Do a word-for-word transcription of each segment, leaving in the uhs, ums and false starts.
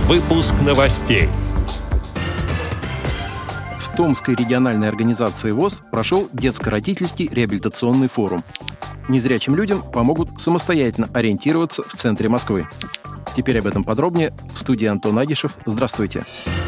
Выпуск новостей. В Томской региональной организации ВОС прошел детско-родительский реабилитационный форум. Незрячим людям помогут самостоятельно ориентироваться в центре Москвы. Теперь об этом подробнее. В студии Антон Агишев. Здравствуйте.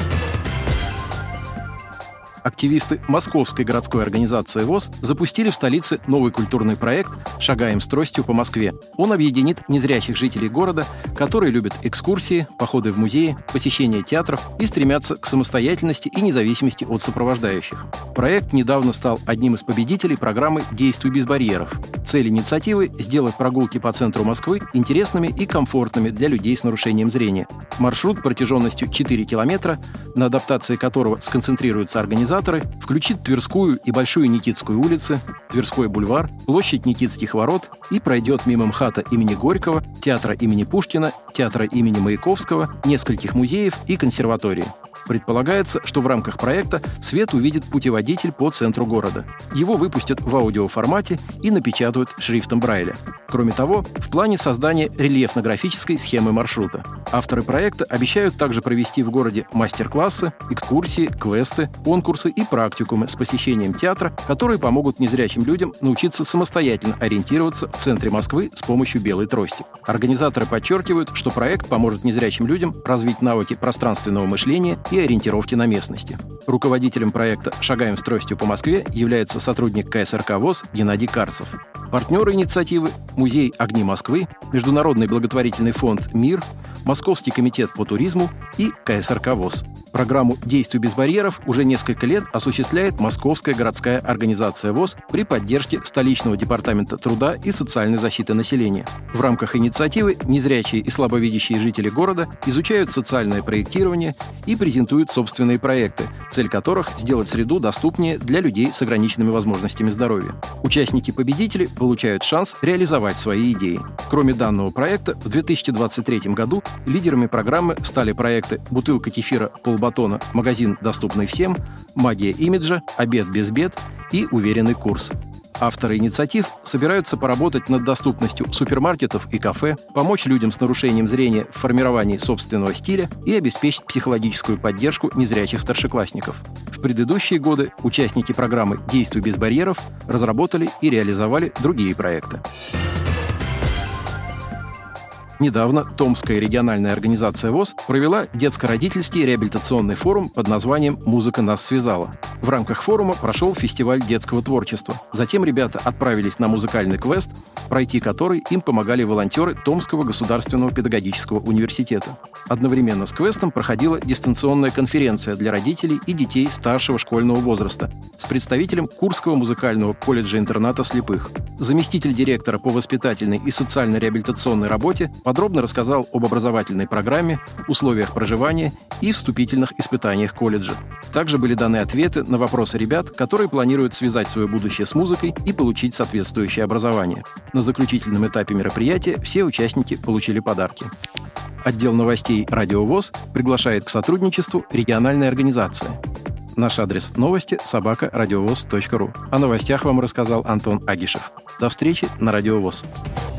Активисты Московской городской организации ВОС запустили в столице новый культурный проект «Шагаем с тростью по Москве». Он объединит незрячих жителей города, которые любят экскурсии, походы в музеи, посещение театров и стремятся к самостоятельности и независимости от сопровождающих. Проект недавно стал одним из победителей программы «Действуй без барьеров». Цель инициативы – сделать прогулки по центру Москвы интересными и комфортными для людей с нарушением зрения. Маршрут протяженностью четыре километра, на адаптации которого сконцентрируются организаторы, включит Тверскую и Большую Никитскую улицы, Тверской бульвар, площадь Никитских ворот и пройдет мимо МХАТа имени Горького, театра имени Пушкина, театра имени Маяковского, нескольких музеев и консерватории. Предполагается, что в рамках проекта свет увидит путеводитель по центру города. Его выпустят в аудиоформате и напечатают шрифтом Брайля. Кроме того, в плане создания рельефно-графической схемы маршрута. Авторы проекта обещают также провести в городе мастер-классы, экскурсии, квесты, конкурсы и практикумы с посещением театра, которые помогут незрячим людям научиться самостоятельно ориентироваться в центре Москвы с помощью белой трости. Организаторы подчеркивают, что проект поможет незрячим людям развить навыки пространственного мышления и ориентировки на местности. Руководителем проекта «Шагаем с тростью по Москве» является сотрудник ка эс эр ка ВОС Геннадий Карцев. Партнеры инициативы – Музей «Огни Москвы», Международный благотворительный фонд «Мир», Московский комитет по туризму и ка эс эр ка ВОС. Программу «Действуй без барьеров» уже несколько лет осуществляет Московская городская организация ВОС при поддержке столичного департамента труда и социальной защиты населения. В рамках инициативы незрячие и слабовидящие жители города изучают социальное проектирование и презентуют собственные проекты, цель которых – сделать среду доступнее для людей с ограниченными возможностями здоровья. Участники-победители получают шанс реализовать свои идеи. Кроме данного проекта, в две тысячи двадцать третьем году лидерами программы стали проекты «Бутылка кефира полбатона», «Магазин, доступный всем», «Магия имиджа», «Обед без бед» и «Уверенный курс». Авторы инициатив собираются поработать над доступностью супермаркетов и кафе, помочь людям с нарушением зрения в формировании собственного стиля и обеспечить психологическую поддержку незрячих старшеклассников. В предыдущие годы участники программы «Действуй без барьеров» разработали и реализовали другие проекты. Недавно Томская региональная организация ВОС провела детско-родительский реабилитационный форум под названием «Музыка нас связала». В рамках форума прошел фестиваль детского творчества. Затем ребята отправились на музыкальный квест, пройти который им помогали волонтеры Томского государственного педагогического университета. Одновременно с квестом проходила дистанционная конференция для родителей и детей старшего школьного возраста с представителем Курского музыкального колледжа-интерната слепых. Заместитель директора по воспитательной и социально-реабилитационной работе подробно рассказал об образовательной программе, условиях проживания и вступительных испытаниях колледжа. Также были даны ответы на вопросы ребят, которые планируют связать свое будущее с музыкой и получить соответствующее образование. На заключительном этапе мероприятия все участники получили подарки. Отдел новостей «Радио ВОС» приглашает к сотрудничеству региональной организации. Наш адрес новости – собака радиовоз точка ру. О новостях вам рассказал Антон Агишев. До встречи на Радио ВОС.